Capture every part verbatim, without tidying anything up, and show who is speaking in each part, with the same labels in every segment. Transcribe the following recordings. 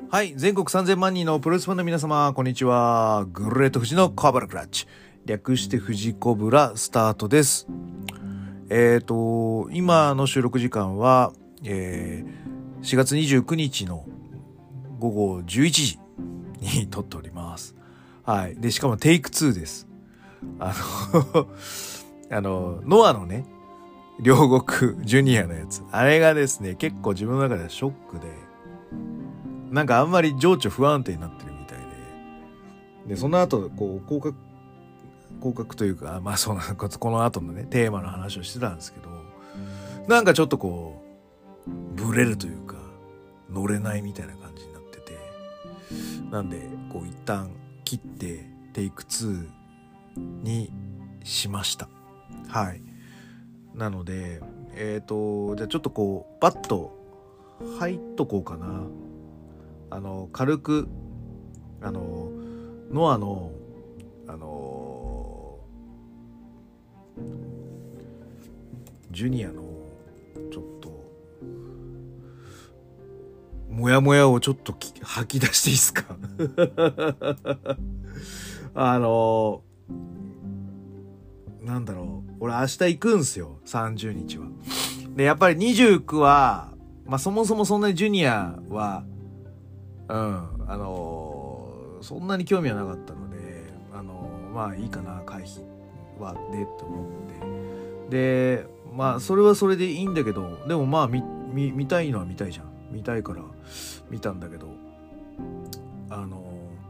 Speaker 1: はい、全国さんぜんまんにんのプロレスファンの皆様、こんにちは。グレート富士のコブラクラッチ。略して富士コブラスタートです。えっと、今の収録時間は、えー、しがつにじゅうくにちのごごじゅういちじに撮っております。はい。で、しかもテイクツーです。あの、あの、ノアのね、両国ジュニアのやつ。あれがですね、結構自分の中ではショックで、なんかあんまり情緒不安定になってるみたいで、で、その後、こう、降格、降格というか、まあそうな、この後のね、テーマの話をしてたんですけど、なんかちょっとこう、ブレるというか、乗れないみたいな感じになってて、なんで、こう一旦切って、テイクツーにしました。はい。なので、えっと、じゃあちょっとこう、バッと入っとこうかな。あの軽くあのノアのあのジュニアのちょっとモヤモヤをちょっと吐き出していいですかあのなんだろう、俺明日行くんすよ、さんじゅうにちは。でやっぱりにじゅうくはまあそもそもそんなにジュニアはうん、あのー、そんなに興味はなかったので、あのー、まあいいかな、回避はでと思って、でまあそれはそれでいいんだけど、でもまあ見見見たいのは見たいじゃん、見たいから見たんだけど、あの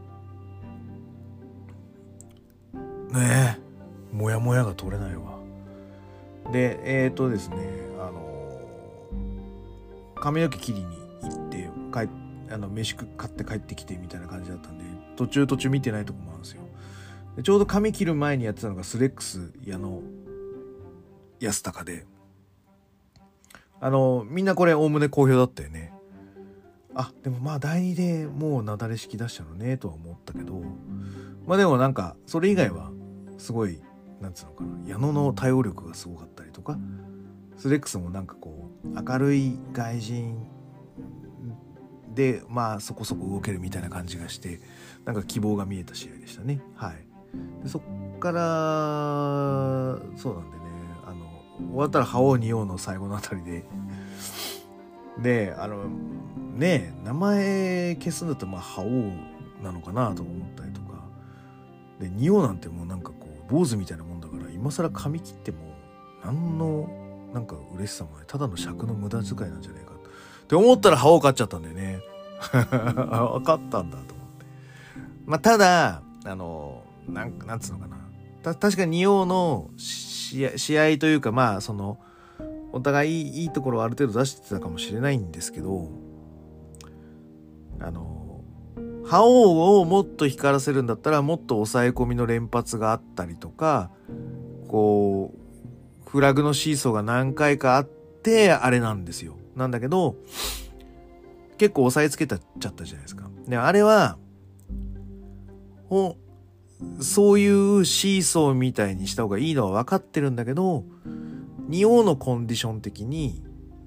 Speaker 1: ー、ねえもやもやが取れないわ。でえっ、ー、とですねあのー、髪の毛切りに行って帰ってあの飯買って帰ってきてみたいな感じだったんで、途中途中見てないとこもあるんですよ。でちょうど髪切る前にやってたのがスレックス矢野安高で、あのみんなこれおおむね好評だったよね。あでもまあだいにでもうなだれ式出したのねとは思ったけど、まあでもなんかそれ以外はすごいなんつうのかな、矢野の対応力がすごかったりとか、スレックスもなんかこう明るい外人でまあそこそこ動けるみたいな感じがして、なんか希望が見えた試合でしたね。はい。でそっからそうなんでね、あの終わったら覇王二王の最後のあたりでであのね名前消すんだったらまあ覇王なのかなと思ったりとかで、二王なんてもうなんかこう坊主みたいなもんだから、今更髪切っても何のなんか嬉しさもない、ただの尺の無駄遣いなんじゃねえかって思ったら覇王勝っちゃったんだよね分かったんだと思って、まあただあのなんなんつうのかな、た確かに二王の試合、試合というか、まあそのお互いいい、いいところをある程度出してたかもしれないんですけど、あの覇王をもっと光らせるんだったらもっと抑え込みの連発があったりとか、こうフラグのシーソーが何回かあってあれなんですよ。なんだけど結構押さえつけたっちゃったじゃないですか。であれはおそういうシーソーみたいにした方がいいのは分かってるんだけど、二王のコンディション的に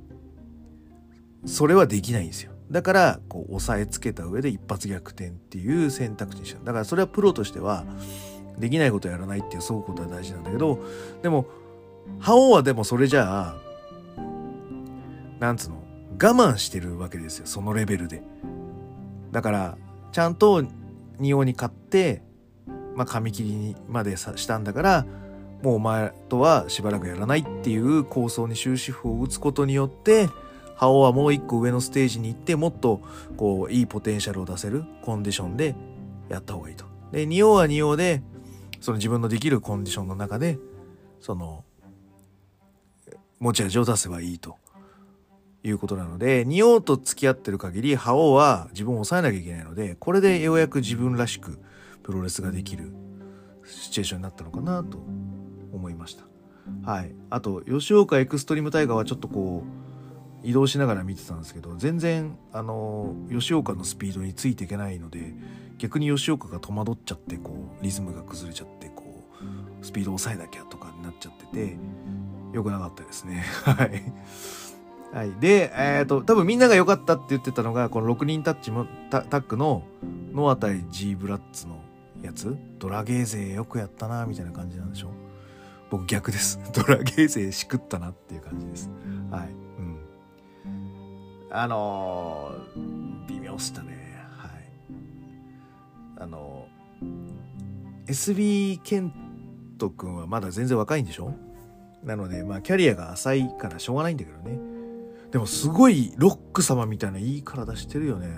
Speaker 1: それはできないんですよ。だからこう押さえつけた上で一発逆転っていう選択肢にした。だからそれはプロとしてはできないことやらないっていうそういうことは大事なんだけど、でも覇王はでもそれじゃあなんつうの我慢してるわけですよ、そのレベルで。だからちゃんと二王に勝ってまあ髪切りにまでしたんだから、もうお前とはしばらくやらないっていう構想に終止符を打つことによって、覇王はもう一個上のステージに行ってもっとこういいポテンシャルを出せるコンディションでやった方がいいと。で二王は二王でその自分のできるコンディションの中でその持ち味を出せばいいということなので、二王と付き合ってる限り覇王は自分を抑えなきゃいけないので、これでようやく自分らしくプロレスができるシチュエーションになったのかなと思いました。はい。あと吉岡エクストリームタイガーはちょっとこう移動しながら見てたんですけど、全然あの吉岡のスピードについていけないので、逆に吉岡が戸惑っちゃって、こうリズムが崩れちゃって、こうスピードを抑えなきゃとかになっちゃってて良くなかったですね。はい。 はい。で、えっと、多分みんなが良かったって言ってたのが、このろくにんタッチも、タタッグのノア対 G ブラッツのやつ。ドラゲー勢よくやったな、みたいな感じなんでしょ。僕逆です。ドラゲー勢しくったなっていう感じです。はい。うん。あのー、微妙っしたね。はい。あのー、エスビー ケント君はまだ全然若いんでしょ。なので、まあ、キャリアが浅いからしょうがないんだけどね。でもすごいロック様みたいないい体してるよね。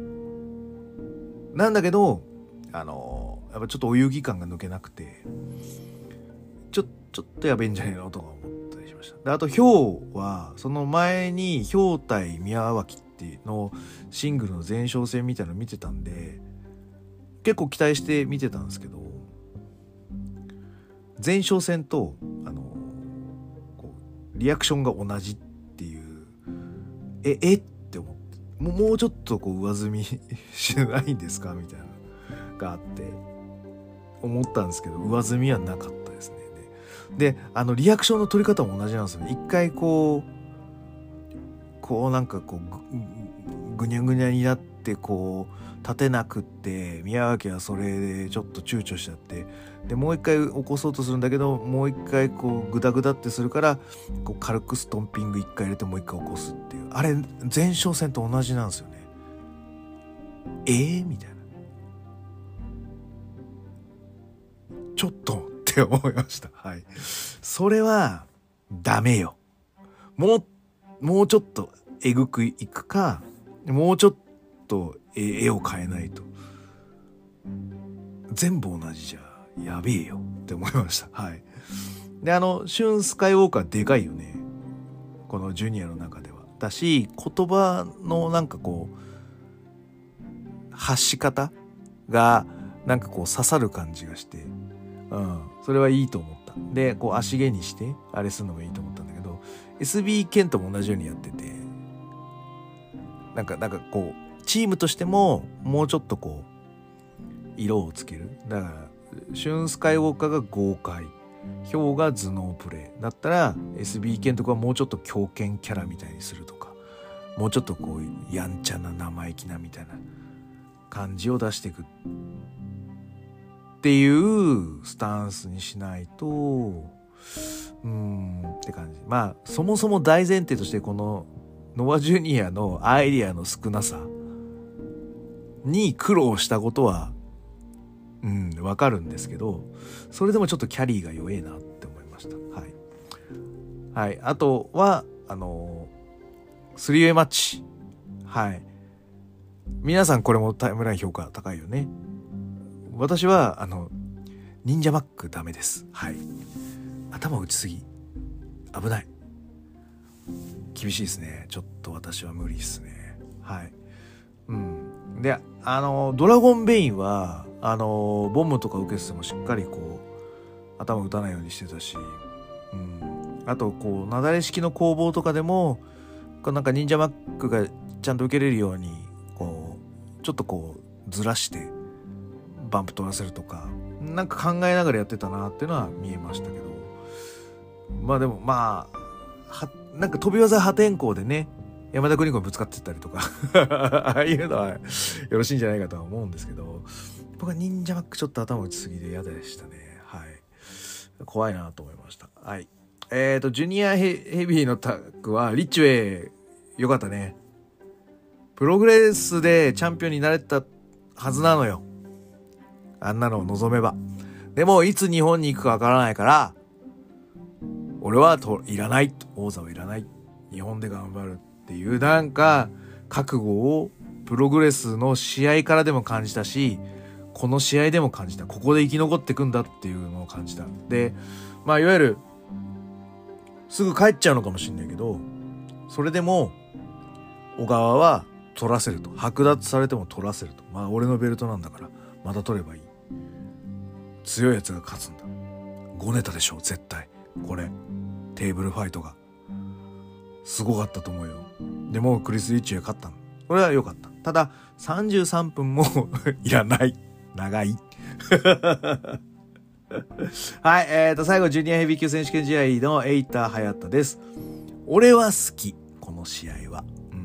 Speaker 1: なんだけど、あのー、やっぱちょっとお遊戯感が抜けなくて、ちょ、ちょっとやべえんじゃねえのとか思ったりしました。で、あと、ヒョウは、その前に、ヒョウ対宮脇っていうのシングルの前哨戦みたいなの見てたんで、結構期待して見てたんですけど、前哨戦と、あのー、こうリアクションが同じっていう、え、えって思って、もう、もうちょっとこう上積みしないんですかみたいなのがあって、思ったんですけど、上積みはなかったですね。で、であの、リアクションの取り方も同じなんですよね。一回こう、こうなんかこう、ぐ、ぐにゃぐにゃになって、こう、立てなくって、宮脇はそれでちょっと躊躇しちゃって、でもう一回起こそうとするんだけど、もう一回こうグダグダってするから、こう軽くストンピング一回入れてもう一回起こすっていう、あれ前哨戦と同じなんですよね。えー、みたいな、ちょっとって思いました。はい。それはダメよ。もうもうちょっとえぐくいくか、もうちょっと絵を変えないと、全部同じじゃやべえよって思いました。はい。で、あのシュン・スカイウォーカーでかいよね、このジュニアの中では。だし、言葉のなんかこう発し方がなんかこう刺さる感じがして、うん、それはいいと思った。で、こう足毛にしてあれするのもいいと思ったんだけど、 エスビー ケントも同じようにやってて、なんかなんかこうチームとしてももうちょっとこう色をつける。だからシュン・スカイウォーカーが豪快、ヒョウが頭脳プレイだったら エスビー ケントはもうちょっと狂犬キャラみたいにするとか、もうちょっとこうやんちゃな生意気なみたいな感じを出していくっていうスタンスにしないと、うーんって感じ。まあそもそも大前提としてこのノアジュニアのアイディアの少なさに苦労したことはうん、わかるんですけど、それでもちょっとキャリーが弱えなって思いました。はい。はい。あとは、あのー、スリーウェイマッチ。はい。皆さんこれもタイムライン評価高いよね。私は、あの、忍者マックダメです。はい。頭打ちすぎ。危ない。厳しいですね。ちょっと私は無理ですね。はい。うん。で、あの、ドラゴンベインは、あのボムとか受けててもしっかりこう頭打たないようにしてたし、うん、あとこう雪崩式の攻防とかでもこうなんか忍者マックがちゃんと受けれるようにこうちょっとこうずらしてバンプ取らせるとかなんか考えながらやってたなっていうのは見えましたけど、まあでもまあはなんか飛び技破天荒でね山田邦子にぶつかってったりとかああいうのはよろしいんじゃないかとは思うんですけど、僕は忍者マックちょっと頭打ちすぎで嫌でしたね。はい。怖いなと思いました。はい。えーと、ジュニアヘ、ヘビーのタッグは、リッチウェイ、よかったね。プログレスでチャンピオンになれたはずなのよ。あんなのを望めば。でも、いつ日本に行くかわからないから、俺はといらない。王座はいらない。日本で頑張るっていう、なんか、覚悟をプログレスの試合からでも感じたし、この試合でも感じた。ここで生き残ってくんだっていうのを感じた。で、まあいわゆるすぐ帰っちゃうのかもしれないけど、それでも小川は取らせると。剥奪されても取らせると。まあ俺のベルトなんだからまた取ればいい。強いやつが勝つんだ。ごネタでしょ絶対。これテーブルファイトがすごかったと思うよ。でもクリス・リッチが勝ったの。これは良かった。たださんじゅうさんぷんもいらない。長いはい、えーと最後ジュニアヘビー級選手権試合のエイタ・ハヤタです。俺は好きこのの試合は。うん。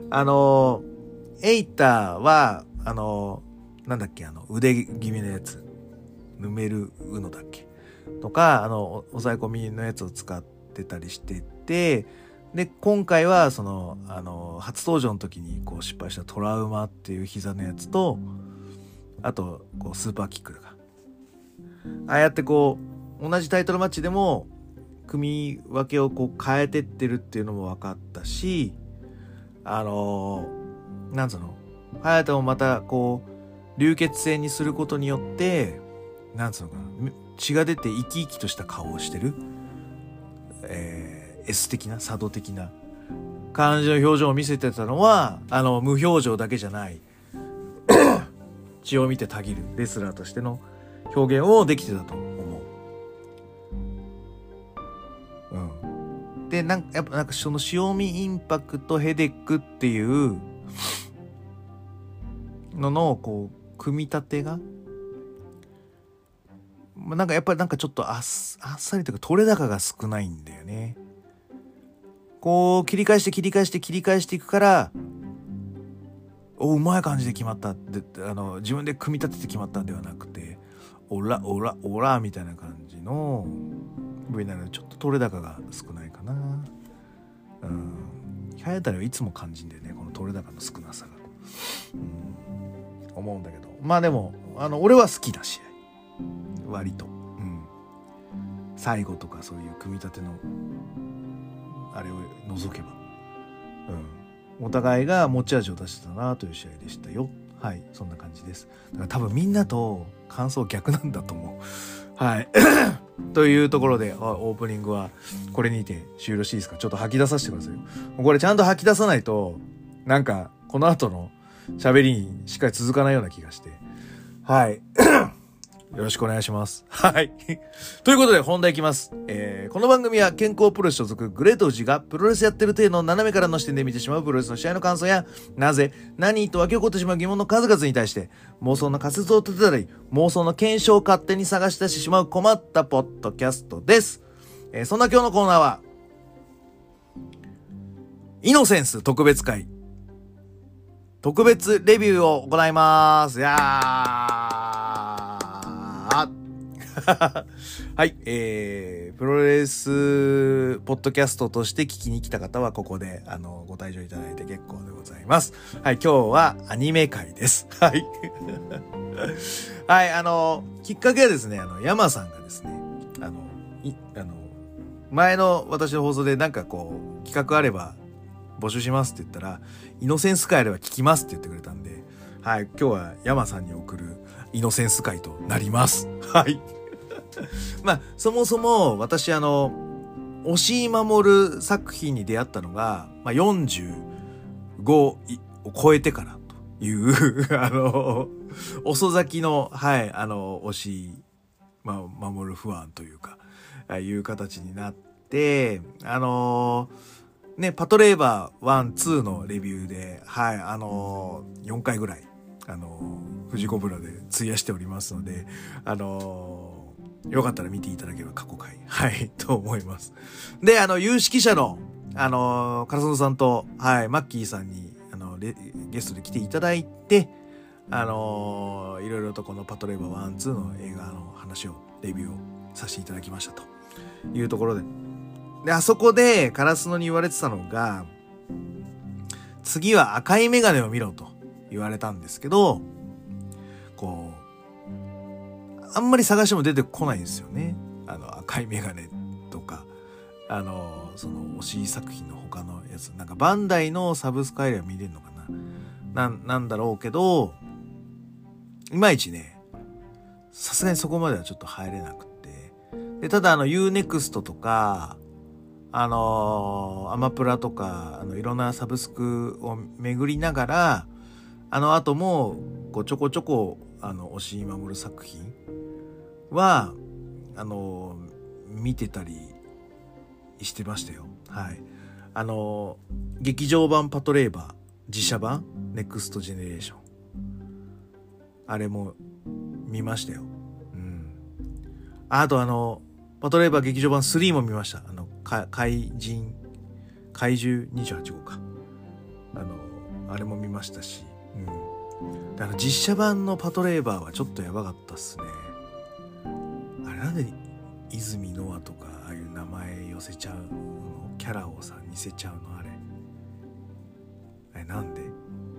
Speaker 1: あの、エイターは、あの、なんだっけ、あの、腕気味のやつ。ヌメルウノだっけとか、あの、抑え込みのやつを使ってたりしてて、で、今回は、その、あの、初登場の時にこう失敗したトラウマっていう膝のやつと、あと、こう、スーパーキックとか。ああやってこう、同じタイトルマッチでも、組み分けをこう変えてってるっていうのも分かったし、あのー、なんつうの、早田をまたこう流血性にすることによって、なんつうのかな、血が出て生き生きとした顔をしてる、えー、S 的な佐渡的な感じの表情を見せてたのは、あの無表情だけじゃない血を見てたぎるレスラーとしての表現をできてたと思う。うん、でなんかやっぱなんかその塩見インパクトヘデックっていうののこう組み立てが、まあ、なんかやっぱりなんかちょっとあっ、あっさりというか取れ高が少ないんだよね。こう切り返して切り返して切り返していくから、おうまい感じで決まったってあの自分で組み立てて決まったんではなくて、オラオラオラみたいな感じの部位なのでちょっと取れ高が少ないかな。うん。早田はいつも感じんだよね、この取れ高の少なさが。うん、思うんだけど、まあでもあの俺は好きだ試合、割と。うん。最後とかそういう組み立てのあれを除けば、うん、お互いが持ち味を出してたなという試合でしたよ。はい、そんな感じです。だから多分みんなと感想逆なんだと思う。はいというところでオープニングはこれにて終了していいですか。ちょっと吐き出させてくださいよ。これちゃんと吐き出さないとなんかこの後の喋りにしっかり続かないような気がして、はいよろしくお願いします。はいということで本題いきます。えー、この番組は健康プロレス所属グレート富士がプロレスやってる体の斜めからの視点で見てしまうプロレスの試合の感想や、なぜ何と湧き起こってしまう疑問の数々に対して妄想の仮説を立てたり妄想の検証を勝手に探し出してしまう困ったポッドキャストです。えー、そんな今日のコーナーはイノセンス特別会特別レビューを行います。いやーはい、えー、プロレスポッドキャストとして聞きに来た方はここであのご退場いただいて結構でございます。はい、今日はアニメ会です。はいはいあのきっかけはですね、あの山さんがですね、あのいあの前の私の放送でなんかこう企画あれば募集しますって言ったら、イノセンス会あれば聞きますって言ってくれたんで、はい、今日は山さんに送るイノセンス会となります。はいまあそもそも私あの押井守作品に出会ったのが、まあ、よんじゅうごを超えてからというあの遅咲きのはいあの押井、まあ、守ファンというかいう形になって、あのねパトレーバーワンツーのレビューではいあのよんかいぐらいあのフジコブラで費やしておりますので、あのよかったら見ていただければ過去回はいと思います。であの有識者のあのカラソノさんとはいマッキーさんにあのゲストで来ていただいて、あのいろいろとこのパトレーバーワンツーの映画の話をレビューをさせていただきましたというところで、であそこでカラスノに言われてたのが、次は赤いメガネを見ろと言われたんですけど、こうあんまり探しても出てこないんですよね。あの赤いメガネとかあのその推し作品の他のやつ、なんかバンダイのサブスク入れば見れるのかな、ななんだろうけど、いまいちねさすがにそこまではちょっと入れなくて、でただあの ユーネクスト とかあのー、アマプラとかあのいろんなサブスクを巡りながら、あの後もこうちょこちょこあの押井守作品はあのー、見てたりしてましたよ。はい。あのー、劇場版パトレーバー実写版ネクストジェネレーション、あれも見ましたよ。うん。あとあのパトレーバー劇場版スリーも見ました。あのか怪人怪獣にじゅうはちごうか、あのあれも見ましたし、うん、であの実写版のパトレーバーはちょっとやばかったっすね。あれなんで泉ノアとかああいう名前寄せちゃうの、キャラをさ似せちゃうの、あれあれなんで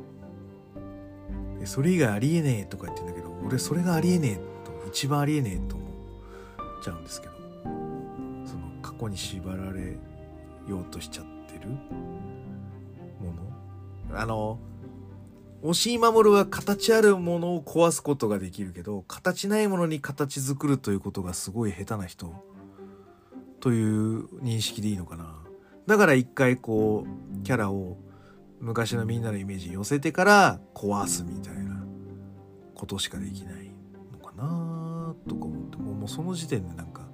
Speaker 1: それ以外ありえねえとか言ってんだけど、俺それがありえねえと一番ありえねえと思っちゃうんですけど、その過去に縛られようとしちゃってるもの、あの押井守は形あるものを壊すことができるけど、形ないものに形作るということがすごい下手な人という認識でいいのかな。だから一回こうキャラを昔のみんなのイメージに寄せてから壊すみたいなことしかできないのかなとか思って、もう、もうその時点でなんか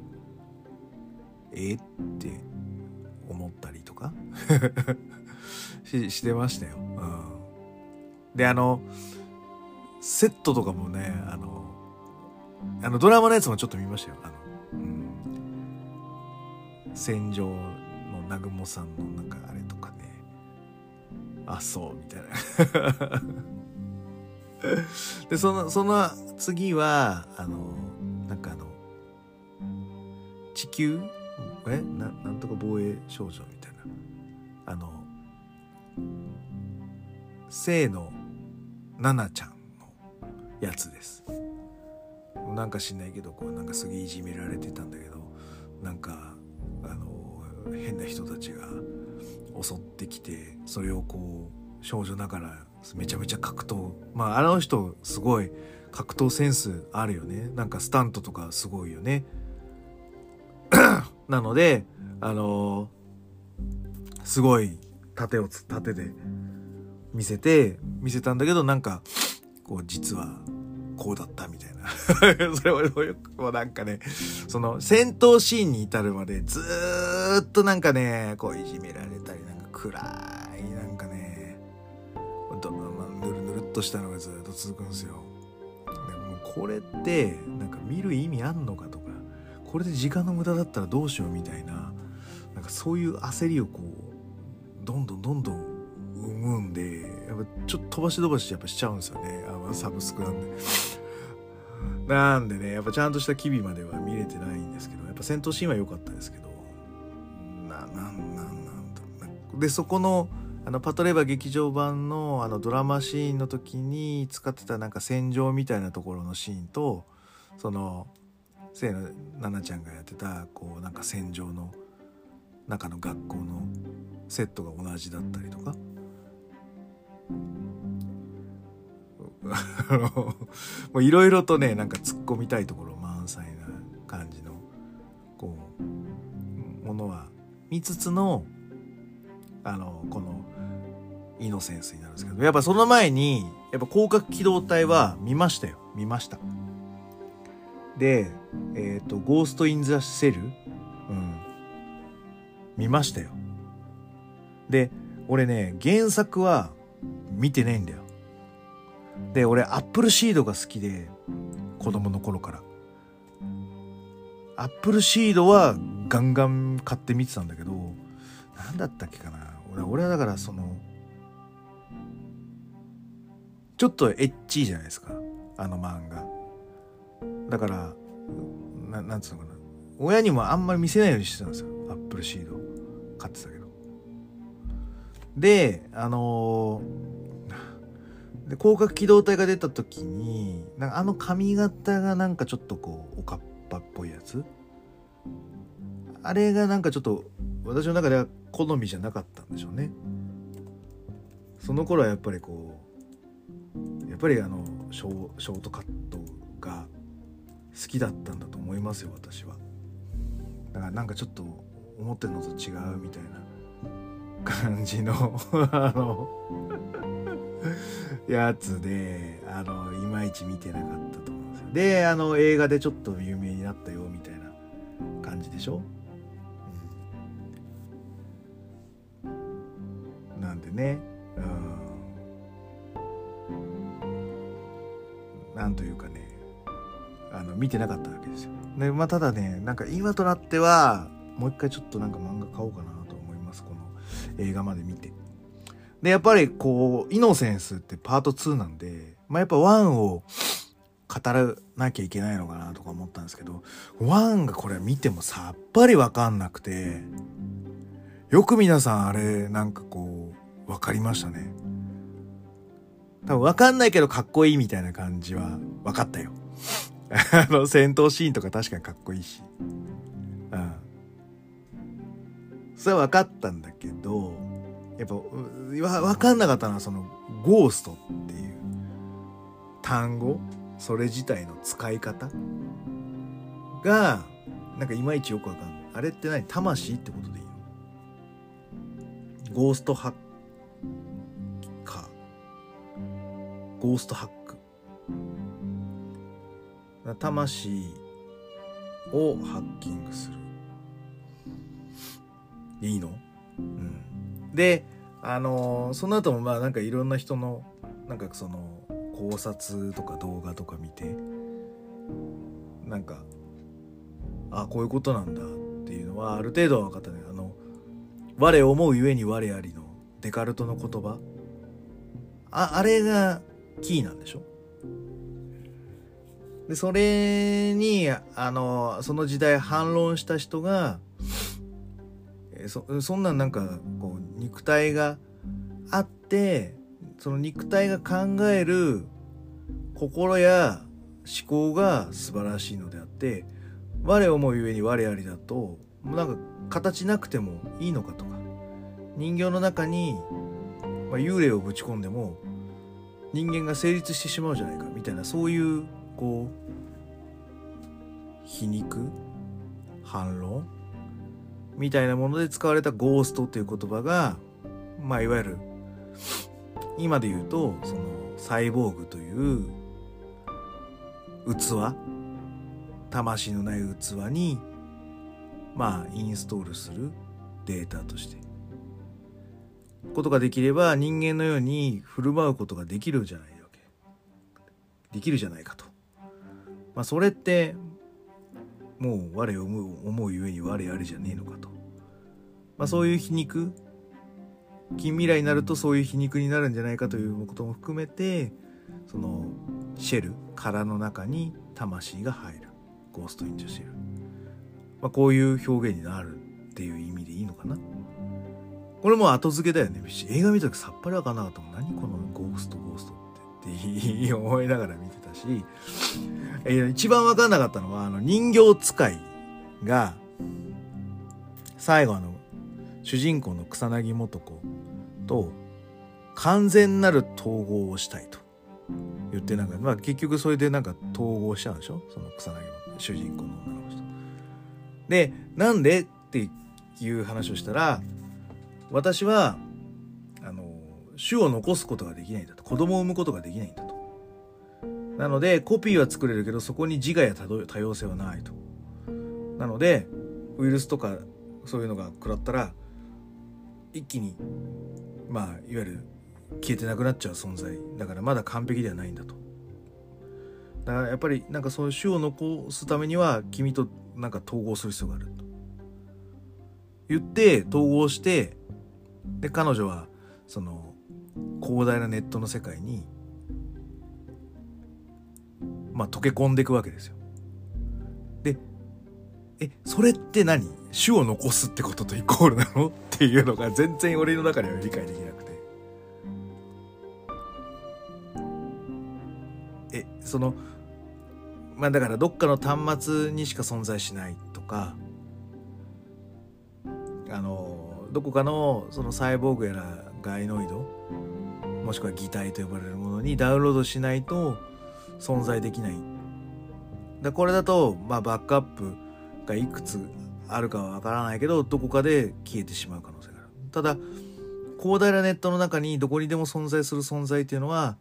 Speaker 1: えって思ったりとかし, してましたよ、うん、であのセットとかもね、あのあのドラマのやつもちょっと見ましたよ。あの、うん、戦場の南雲さんのなんかあれとかね、あそうみたいなでそのその次はあのなんかあの地球え な, なんとか防衛少女みたいな、あの清野奈々ちゃんのやつです。なんか知んないけどこうなんかすげえいじめられてたんだけど、なんかあの変な人たちが襲ってきて、それをこう少女ながらめちゃめちゃ格闘、まああの人すごい格闘センスあるよね。なんかスタントとかすごいよねなのであのー、すごい盾をつ盾で見せて見せたんだけど、なんかこう実はこうだったみたいなそれをよくもうなんかね、その戦闘シーンに至るまでずーっとなんかねこういじめられたり、なんか暗いなんかねど、まあ、ぬるぬるっとしたのがずっと続くんですよ。でもこれってなんか見る意味あんのかとか、これで時間の無駄だったらどうしようみたいな、なんかそういう焦りをこうどんどんどんどん生むんで、やっぱちょっと飛ばし飛ばしやっぱしちゃうんですよね。あのサブスクなんでなんでね、やっぱちゃんとした機微までは見れてないんですけど、やっぱ戦闘シーンは良かったですけど、ななんなんなんだでそこのあのパトレーバー劇場版のあのドラマシーンの時に使ってたなんか戦場みたいなところのシーンと、その清野奈々ちゃんがやってたこうなんか戦場の中の学校のセットが同じだったりとかいろいろとねなんか突っ込みたいところ満載な感じのこうものは見つつのあのこのイノセンスになるんですけど、やっぱその前にやっぱ広角機動隊は見ましたよ見ましたでえっとゴーストインザセル、うん、見ましたよ。で俺ね原作は見てないんだよ。で俺アップルシードが好きで子供の頃からアップルシードはガンガン買って見てたんだけど、なんだったっけかな、俺俺はだからそのちょっとエッチーじゃないですかあの漫画だから、ななんつうのかな、親にもあんまり見せないようにしてたんですよ。アップルシード買ってたけど、であのー、で広角機動隊が出た時になんかあの髪型がなんかちょっとこうおかっぱっぽいやつ、あれがなんかちょっと私の中では好みじゃなかったんでしょうね。その頃はやっぱりこうやっぱりあのショー、ショートカットが好きだったんだと思いますよ私は。だからなんかちょっと思ってるのと違うみたいな感じのあのやつで、あのいまいち見てなかったと思うんですよ。であの映画でちょっと有名になったよみたいな感じでしょ、うん、なんでね、うん、なんというかね、あの見てなかったわけですよ。でまあただねなんか今となってはもう一回ちょっとなんか漫画買おうかなと思います。この映画まで見て。で、やっぱりこう、イノセンスってパートツーなんで、まあやっぱワンを語らなきゃいけないのかなとか思ったんですけど、ワンがこれ見てもさっぱりわかんなくて、よく皆さんあれなんかこう、わかりましたね。多分わかんないけどかっこいいみたいな感じはわかったよ。あの戦闘シーンとか確かにかっこいいし。うん。それはわかったんだけど、やっぱわ、わかんなかったのはそのゴーストっていう単語、それ自体の使い方がなんかいまいちよくわかんない。あれって何？魂ってことでいいの？ゴーストハックか。ゴーストハック。魂をハッキングする。いいの？うん。で、あのー、その後もまあなんかいろんな人のなんかその考察とか動画とか見て、なんかあこういうことなんだっていうのはある程度は分かったね。あの我思うゆえに我ありのデカルトの言葉、ああれがキーなんでしょ。でそれにあのその時代反論した人がえそそんなんなんかこう肉体があってその肉体が考える心や思考が素晴らしいのであって我思うゆえに我ありだとなんか形なくてもいいのかとか人形の中に、まあ、幽霊をぶち込んでも人間が成立してしまうじゃないかみたいなそういうこう皮肉反論みたいなもので使われたゴーストっていう言葉がまあいわゆる今で言うとそのサイボーグという器魂のない器にまあインストールするデータとしてことができれば人間のように振る舞うことができるじゃないわけできるじゃないかと。まあそれってもう我思う思うゆえに我ありじゃねえのかと。まあそういう皮肉近未来になるとそういう皮肉になるんじゃないかということも含めてそのシェル殻の中に魂が入るゴーストインジャシェル、まあ、こういう表現になるっていう意味でいいのかな。これも後付けだよね。映画見た時さっぱりわかんなかったもん。何このゴーストゴーストってって思いながら見てたし、え一番わかんなかったのはあの人形使いが最後あの主人公の草薙素子と完全なる統合をしたいと言ってなんか、まあ、結局それでなんか統合しちゃうんでしょその草薙主人公の女の人で。なんでっていう話をしたら私はあの種を残すことができないんだと子供を産むことができないんだと。なのでコピーは作れるけどそこに自我や多様性はないと。なのでウイルスとかそういうのが食らったら一気にまあいわゆる消えてなくなっちゃう存在だからまだ完璧ではないんだと。だからやっぱりなんかそういう種を残すためには君となんか統合する必要があると言って統合してで彼女はその広大なネットの世界にまあ溶け込んでいくわけですよ。でえそれって何種を残すってこととイコールなのっていうのが全然俺の中では理解できなくてえそのまあだからどっかの端末にしか存在しないとかあのどこかのそのサイボーグやらガイノイドもしくは擬態と呼ばれるものにダウンロードしないと存在できない。だこれだとまあバックアップがいくつあるかはわからないけどどこかで消えてしまう可能性がある。ただ広大なネットの中にどこにでも存在する存在っていうのは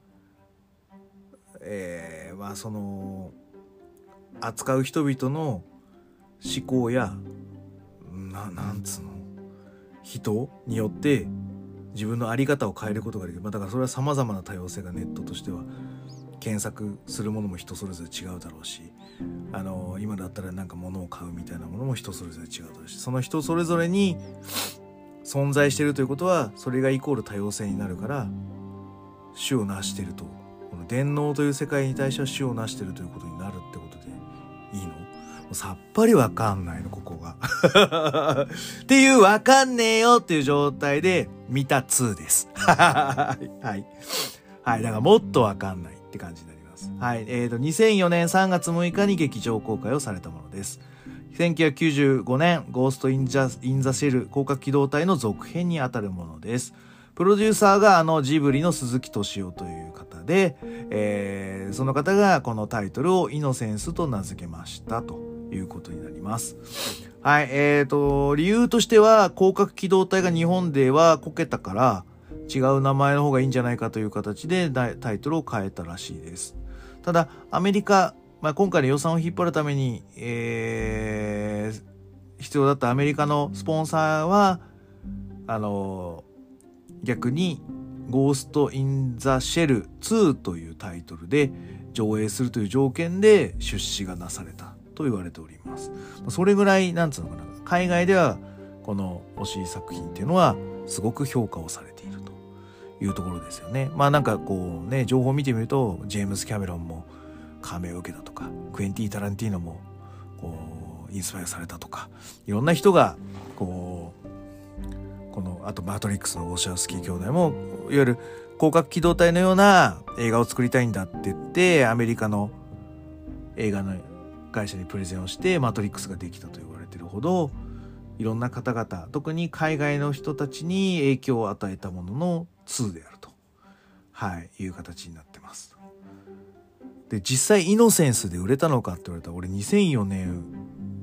Speaker 1: えー、まあその扱う人々の思考やななんつうの人によって自分の在り方を変えることができる。まあ、だからそれは様々な多様性がネットとしては検索するものも人それぞれ違うだろうしあの今だったらなんか物を買うみたいなものも人それぞれ違うだろうしその人それぞれに存在しているということはそれがイコール多様性になるから種をなしていると、この電脳という世界に対しては種をなしているということになるってことでいいの？もうさっぱりわかんないのここがっていうわかんねえよっていう状態で見たにですはいはいはい、だからもっとわかんないって感じになります。はい、えーとにせんよねんさんがつむいかに劇場公開をされたものです。せんきゅうひゃくきゅうじゅうごねんゴースト・イン・ザ・イン・ザ・シェル広角機動隊の続編にあたるものです。プロデューサーがあのジブリの鈴木敏夫という方で、えー、その方がこのタイトルをイノセンスと名付けましたということになります。はい、えーと理由としては広角機動隊が日本ではこけたから違う名前の方がいいんじゃないかという形でタイトルを変えたらしいです。ただアメリカ、まあ、今回の予算を引っ張るために、えー、必要だったアメリカのスポンサーはあの逆にゴースト・イン・ザ・シェルツーというタイトルで上映するという条件で出資がなされたと言われております。それぐらいなんつうのかな、海外ではこの推し作品っていうのはすごく評価をされているというところですよね。まあなんかこうね、情報を見てみるとジェームス・キャメロンも感銘を受けたとか、クエンティ・タランティーノもこうインスパイアされたとか、いろんな人がこうこのあとマトリックスのウォシャウスキー兄弟もいわゆる広角機動隊のような映画を作りたいんだって言ってアメリカの映画の会社にプレゼンをしてマトリックスができたと言われているほど、いろんな方々、特に海外の人たちに影響を与えたもののにであると、はい、いう形になってます。で実際イノセンスで売れたのかって言われたら俺にせんよねん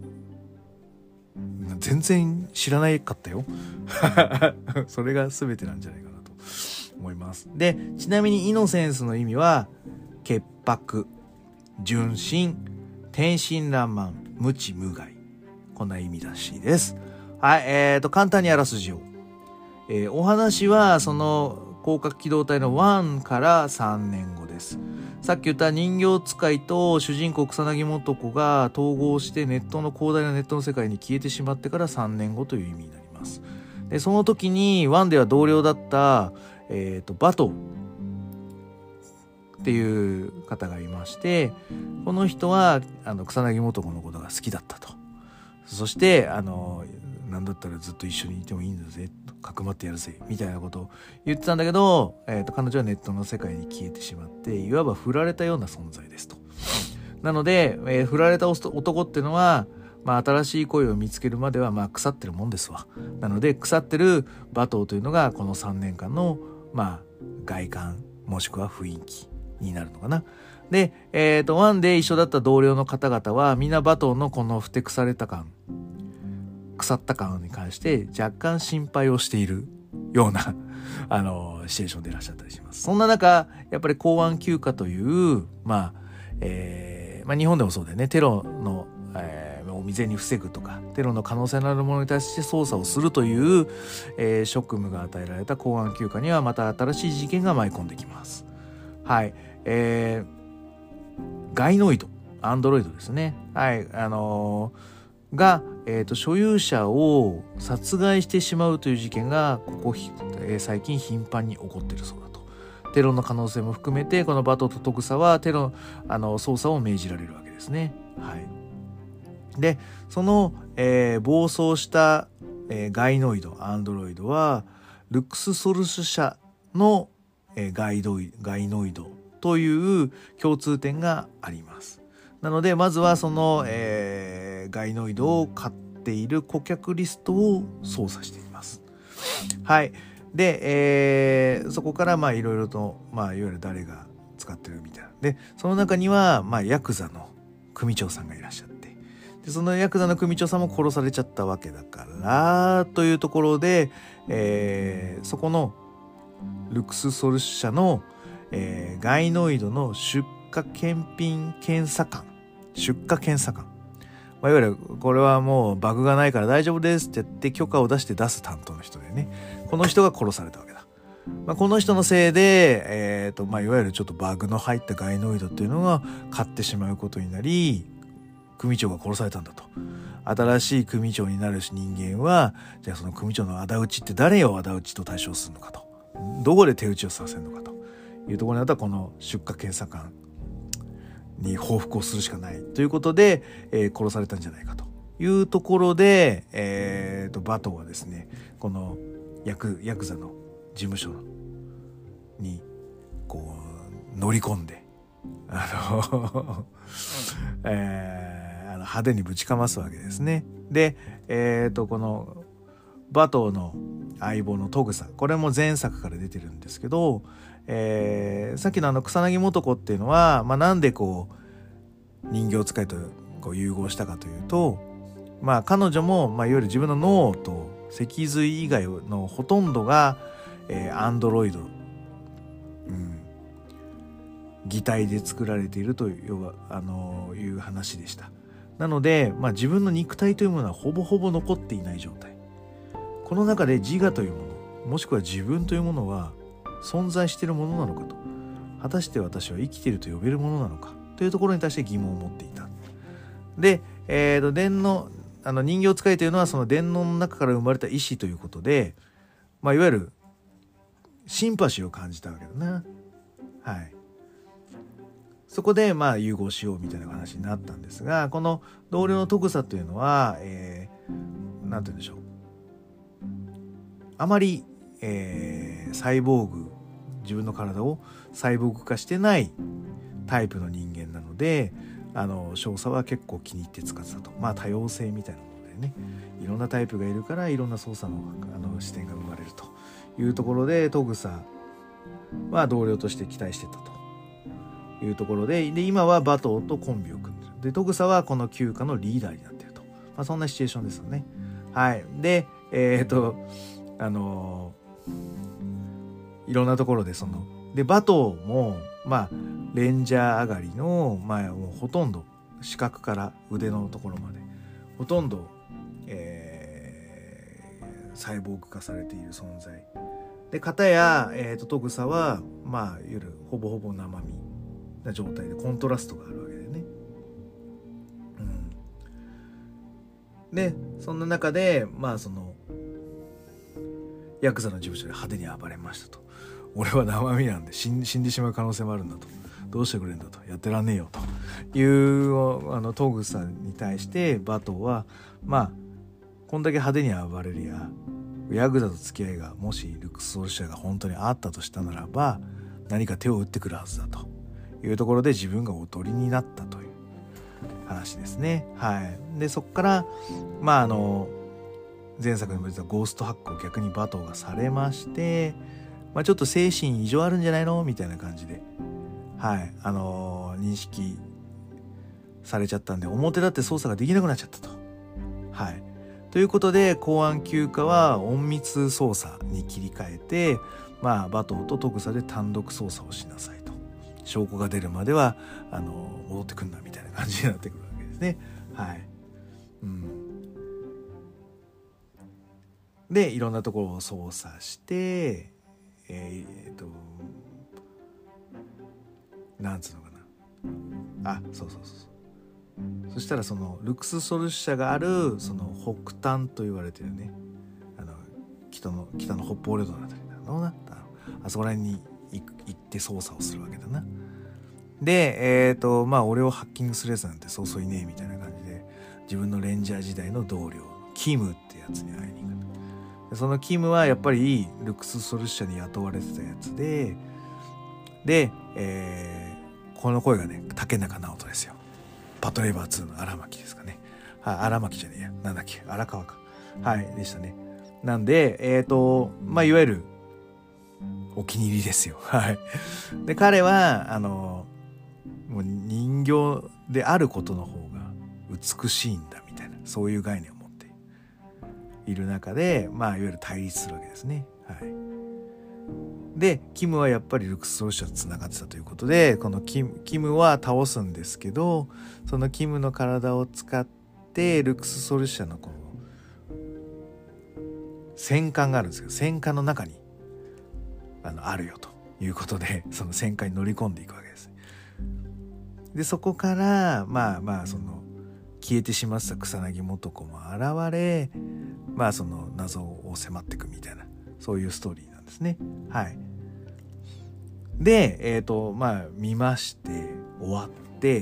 Speaker 1: 全然知らなかったよそれが全てなんじゃないかなと思います。でちなみにイノセンスの意味は潔白、純真、天真爛漫、無知無害、こんな意味らしいです。はい、えーと簡単にあらすじを、えー、お話はその広角機動隊のいちからさんねんごです。さっき言った人形使いと主人公草薙素子が統合してネットの広大なネットの世界に消えてしまってからさんねんごという意味になります。でその時にいちでは同僚だった、えーとバトっていう方がいまして、この人はあの草薙素子のことが好きだったと。そしてあのなんだったらずっと一緒にいてもいいんだぜと、かくまってやるぜみたいなことを言ってたんだけど、えーと彼女はネットの世界に消えてしまっていわば振られたような存在ですと。なので、えー、振られた男っていうのは、まあ、新しい恋を見つけるまではまあ腐ってるもんですわ。なので腐ってる馬頭というのがこのさんねんかんのまあ外観もしくは雰囲気になるのかな。で、えーとワンで一緒だった同僚の方々はみんな馬頭のこのふてくされた感、腐った感に関して若干心配をしているようなあのシチュエーションでいらっしゃったりします。そんな中やっぱり公安休暇というまあ、えーまあ、日本でもそうだよね、テロの、えー、を未然に防ぐとかテロの可能性のあるものに対して捜査をするという、えー、職務が与えられた公安休暇にはまた新しい事件が舞い込んできます。はい、えー、ガイノイド、アンドロイドですね。はい、あのー、が、えーと、所有者を殺害してしまうという事件がここ、えー、最近頻繁に起こっているそうだと。テロの可能性も含めてこのバトとトグサはテロあの捜査を命じられるわけですね。はい。でその、えー、暴走した、えー、ガイノイド、アンドロイドはルクスソルス社の、えー、ガイドイガイノイドという共通点があります。なのでまずはその、えー、ガイノイドを買っている顧客リストを操作しています。はい。で、えー、そこからまあいろいろと、まあ、いわゆる誰が使ってるみたいな。でその中には、まあ、ヤクザの組長さんがいらっしゃって、でそのヤクザの組長さんも殺されちゃったわけだからというところで、えー、そこのルクスソルス社の、えー、ガイノイドの出荷検品検査官出荷検査官、まあ、いわゆるこれはもうバグがないから大丈夫ですって言って許可を出して出す担当の人でね、この人が殺されたわけだ。まあ、この人のせいで、えーとまあ、いわゆるちょっとバグの入ったガイノイドっていうのが買ってしまうことになり、 組長が殺されたんだと。新しい組長になる人間はじゃあその組長の仇討ちって誰を仇討ちと対象するのかと、どこで手打ちをさせるのかというところになったらこの出火検査官に報復をするしかないということで、えー、殺されたんじゃないかというところで、えー、とバトーはですねこのヤク、ヤクザの事務所にこう乗り込んであの、えー、あの派手にぶちかますわけですね。で、えー、とこのバトーの相棒のトグサ、これも前作から出てるんですけど、えー、さっきのあの草薙素子っていうのは、まあ、なんでこう人形使いとこう融合したかというと、まあ、彼女も、まあ、いわゆる自分の脳と脊髄以外のほとんどが、えー、アンドロイド、うん、擬態で作られているという、あのー、いう話でした。なので、まあ、自分の肉体というものはほぼほぼ残っていない状態。この中で自我というもの、もしくは自分というものは存在しているものなのかと、果たして私は生きていると呼べるものなのかというところに対して疑問を持っていた。で、えーと、電脳、あの人形使いというのはその電脳の中から生まれた意志ということで、まあ、いわゆるシンパシーを感じたわけだな。はい。そこでまあ融合しようみたいな話になったんですが、この同僚のトグサというのは、えー、なんて言うんでしょう。あまり、えー、サイボーグ、自分の体をサイボーグ化してないタイプの人間なので、あの少佐は結構気に入って使ってたと。まあ多様性みたいなものでね、いろんなタイプがいるからいろんな操作の、あの視点が生まれるというところで、トグサは同僚として期待してたというところで、で今はバトーとコンビを組んでる。でトグサはこの休暇のリーダーになっていると、まあ、そんなシチュエーションですよね。はい。でえっ、ー、とあのいろんなところでそのでバトーもまあレンジャー上がりの、まあ、もうほとんど視覚から腕のところまでほとんど、えー、サイボーグ化されている存在で、片や、えー、とトグサはまあいわゆるほぼほぼ生身な状態でコントラストがあるわけでね、うん、でそんな中でまあそのヤクザの事務所で派手に暴れましたと。俺は生身なんで死ん、死んでしまう可能性もあるんだと。どうしてくれんだと。やってらんねえよというあのトグサに対してバトーはまあこんだけ派手に暴れるやヤクザと付き合いがもしルクス・ソルシャが本当にあったとしたならば何か手を打ってくるはずだというところで自分がおとりになったという話ですね。はい。でそこからまああの前作にも言ったゴーストハックを逆にバトーがされまして、まあ、ちょっと精神異常あるんじゃないのみたいな感じで、はいあのー、認識されちゃったんで表立って操作ができなくなっちゃったと。はい。ということで公安休暇は隠密操作に切り替えて、まあ、バトーとトグサで単独操作をしなさいと。証拠が出るまではあのー、戻ってくんなみたいな感じになってくるわけですね。はい。うんでいろんなところを操作してえー、っとなんつうのかなあそうそうそうそうそしたらそのルクス・ソルシャがあるその北端と言われてるねあの北の北の北方領土のあたりだろうな あ, あそこら辺に行って操作をするわけだな。でえー、っとまあ俺をハッキングするやつなんてそうそういねえみたいな感じで自分のレンジャー時代の同僚キムってやつに会いに行く。そのキムはやっぱりルクス・ソルシャに雇われてたやつでで、えー、この声がね竹中直人ですよ。パトレーバーツーの荒牧ですかね。はい、荒牧じゃねえやなんだっけ荒川かはいでしたね。なんでえっ、ー、とまあいわゆるお気に入りですよ。はい。で彼はあのもう人形であることの方が美しいんだみたいなそういう概念をいる中でまあいわゆる対立するわけですね。はい。でキムはやっぱりルクス・ソルシャとつながってたということでこのキム、キムは倒すんですけどそのキムの体を使ってルクス・ソルシャのこの戦艦があるんですけど戦艦の中にあのあるよということでその戦艦に乗り込んでいくわけです。でそこからまあまあその消えてしまってた草薙素子も現れ、まあその謎を迫っていくみたいな、そういうストーリーなんですね。はい。で、えっとまあ見まして終わって、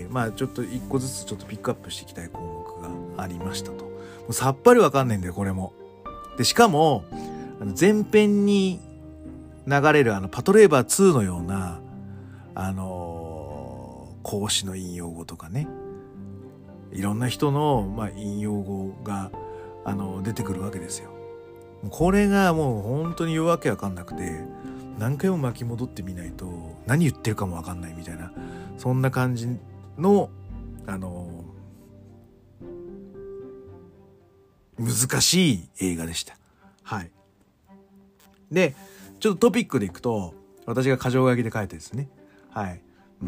Speaker 1: まあちょっと一個ずつちょっとピックアップしていきたい項目がありましたと。もうさっぱりわかんないんだよこれも。でしかもあの前編に流れるあのパトレーバーツーのようなあのー、講師の引用語とかね、いろんな人の、まあ、引用語があの出てくるわけですよ。これがもう本当に言うわけわかんなくて、何回も巻き戻ってみないと何言ってるかもわかんないみたいな、そんな感じのあの難しい映画でした。はい。でちょっとトピックでいくと、私が箇条書きで書いてですね、はい、うん、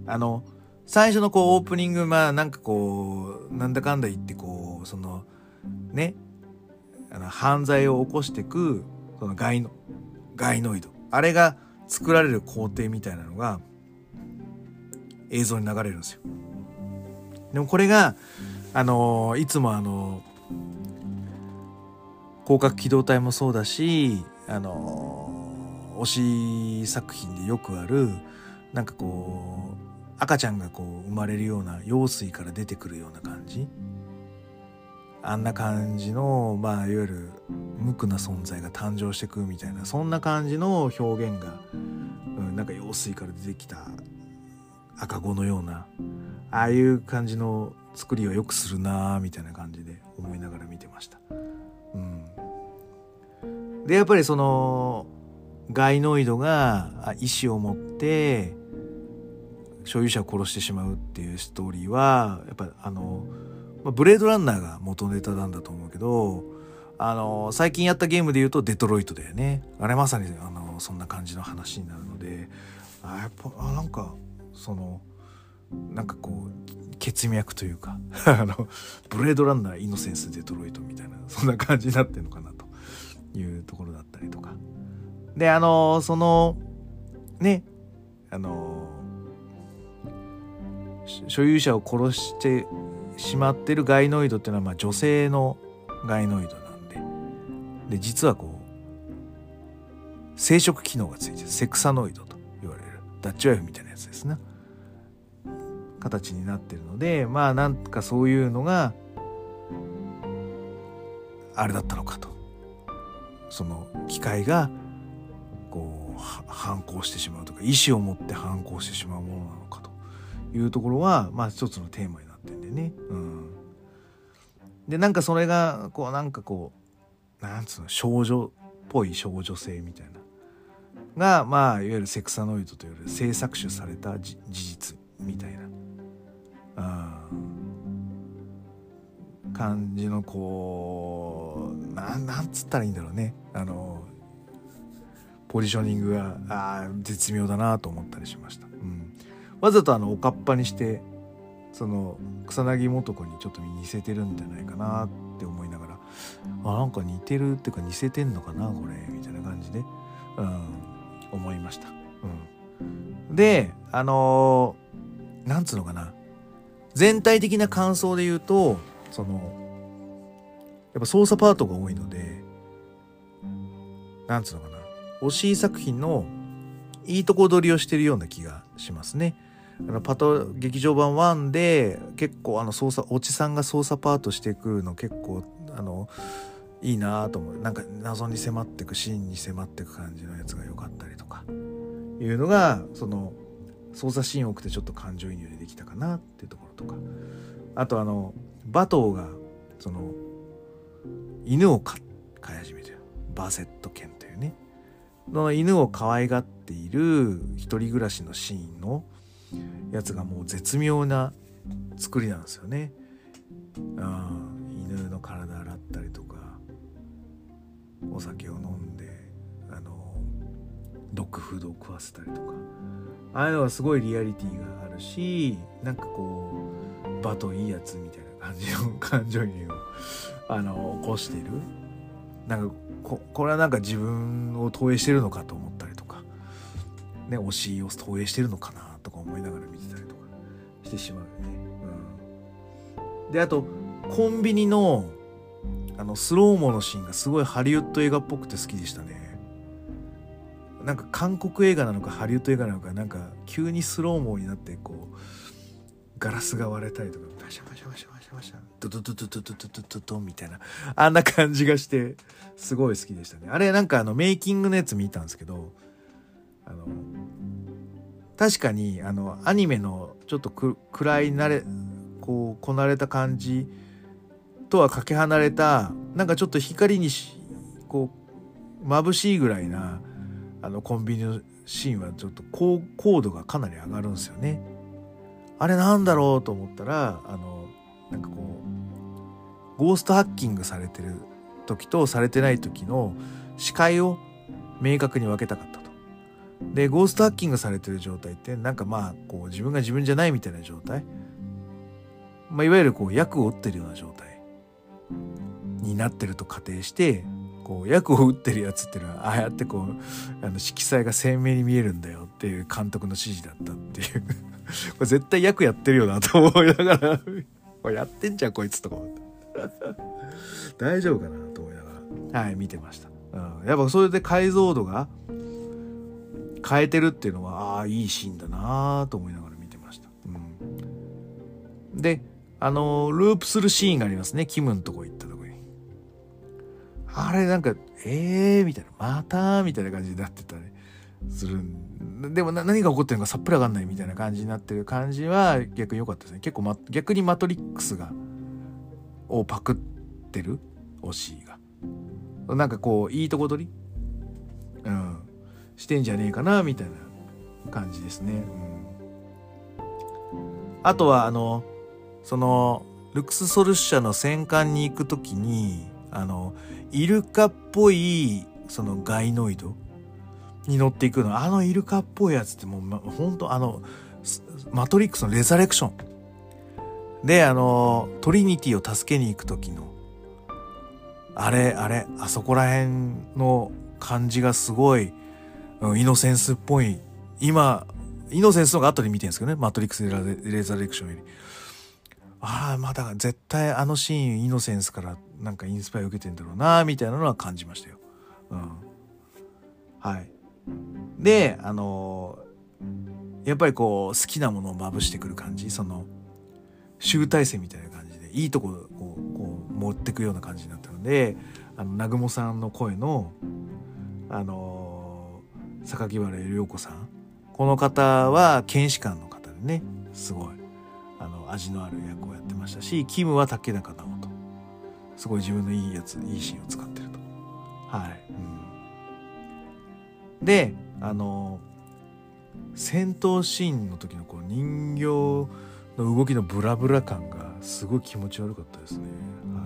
Speaker 1: あの最初のこうオープニング、まあなんかこうなんだかんだ言ってこうそのね、あの犯罪を起こしていくそのガイノガイノイド、あれが作られる工程みたいなのが映像に流れるんですよ。でもこれがあのいつもあの広角機動隊もそうだし、あの推し作品でよくあるなんかこう赤ちゃんがこう生まれるような羊水から出てくるような感じ、あんな感じのまあいわゆる無垢な存在が誕生してくみたいな、そんな感じの表現が、うん、なんか羊水から出てきた赤子のようなああいう感じの作りはよくするなみたいな感じで思いながら見てました。うん、でやっぱりそのガイノイドが意志を持って所有者を殺してしまうっていうストーリーはやっぱあの、まあ、ブレードランナーが元ネタなんだと思うけど、あの最近やったゲームでいうとデトロイトだよね。あれまさにあのそんな感じの話になるので、あやっぱあなんかそのなんかこう血脈というかあのブレードランナーイノセンスデトロイトみたいな、そんな感じになってるのかなというところだったりとかで、あのそのねあの所有者を殺してしまってるガイノイドっていうのはまあ女性のガイノイドなんで、で実はこう生殖機能がついてるセクサノイドと言われるダッチワイフみたいなやつですね、形になってるので、まあなんかそういうのがあれだったのかと、その機械がこう反抗してしまうとか意志を持って反抗してしまうものなのかというところはまあ一つのテーマになってるんでね、うん、でなんかそれがこうなんかこうなんつうの少女っぽい少女性みたいながまあいわゆるセクサノイドという性搾取された事実みたいな、うん、感じのこうな ん, なんつったらいいんだろうね、あのポジショニングがあ絶妙だなと思ったりしました、うん、わざとあのおかっぱにしてその草薙素子にちょっと似せてるんじゃないかなって思いながら、あなんか似てるっていうか似せてんのかなこれみたいな感じで、うん、思いました、うん、であのー、なんつうのかな、全体的な感想で言うとそのやっぱ操作パートが多いので、なんつうのかな、推し作品のいいとこ取りをしてるような気がしますね。あのパト劇場版ワンで結構あの操作おちさんが操作パートしてくるの結構あのいいなと思う。なんか謎に迫ってくシーンに迫ってく感じのやつが良かったりとかいうのがその操作シーン多くてちょっと感情移入でできたかなっていうところとか、あとあのバトーがその犬を飼い始めてるバセット犬というねの犬を可愛がっている一人暮らしのシーンのやつがもう絶妙な作りなんですよね。あ犬の体洗ったりとかお酒を飲んであのドッグフードを食わせたりとか、ああいうのはすごいリアリティがあるし、なんかこうバトいいやつみたいな感じの感情移入をあの起こしている、なんか こ, これはなんか自分を投影してるのかと思ったりとかね、推しを投影してるのかなとか思いながら見てたりとかしてしまうよね、うん、 であとコンビニのあのスローモのシーンがすごいハリウッド映画っぽくて好きでしたね。なんか韓国映画なのかハリウッド映画なのか、なんか急にスローモになってこうガラスが割れたりとか、バシャバシャバシャバシャバシャドドドドドドドドドドみたいな、あんな感じがしてすごい好きでしたね。あれなんかあのメイキングのやつ見たんですけど、あの確かにあのアニメのちょっとく暗い慣れこうこなれた感じとはかけ離れた、なんかちょっと光にしこう眩しいぐらいなあのコンビニのシーンはちょっと高高度がかなり上がるんですよね。あれなんだろうと思ったら、あのなんかこうゴーストハッキングされてる時とされてない時の視界を明確に分けたかったと。でゴーストハッキングされてる状態ってなんかまあこう自分が自分じゃないみたいな状態、まあ、いわゆるこう役を打ってるような状態になってると仮定して、こう役を打ってるやつっていうのはああやってこうあの色彩が鮮明に見えるんだよっていう監督の指示だったっていうこれ絶対役やってるよなと思いながらこれやってんじゃんこいつとか思って大丈夫かなと思いながらはい見てました。うん、やっぱそれで解像度が変えてるっていうのはああいいシーンだなと思いながら見てました。うん、であのループするシーンがありますね。キムんとこ行ったとこにあれなんかえーみたいなまたみたいな感じになってたりするんでもな何が起こってるのかさっぱりわかんないみたいな感じになってる感じは逆に良かったですね。結構、ま、逆にマトリックスがをパクってるオシーがなんかこういいとこ取り、うん、してんじゃねえかなみたいな感じですね。うん、あとはあのそのルクスソルシャの戦艦に行くときにあのイルカっぽいそのガイノイドに乗っていくの、あのイルカっぽいやつってもう、ま、ほんとあのマトリックスのレザレクションであのトリニティを助けに行く時のあれあれあそこら辺の感じがすごい、うん、イノセンスっぽい。今イノセンスの方が後で見てるんですけどね、マトリックスレザレクションより。ああまあだから絶対あのシーンイノセンスからなんかインスパイア受けてんだろうなみたいなのは感じましたよ。うん、はいであのー、やっぱりこう好きなものをまぶしてくる感じ、その集大成みたいな感じでいいとこをこう、こう持ってくような感じになったので、あの南雲さんの声のあのー、榊原涼子さん、この方は検視官の方でねすごいあの味のある役をやってましたし、キムは竹中直人、すごい自分のいいやついいシーンを使ってると。はい、うん、であの戦闘シーンの時のこう人形の動きのブラブラ感がすごい気持ち悪かったですね。はい、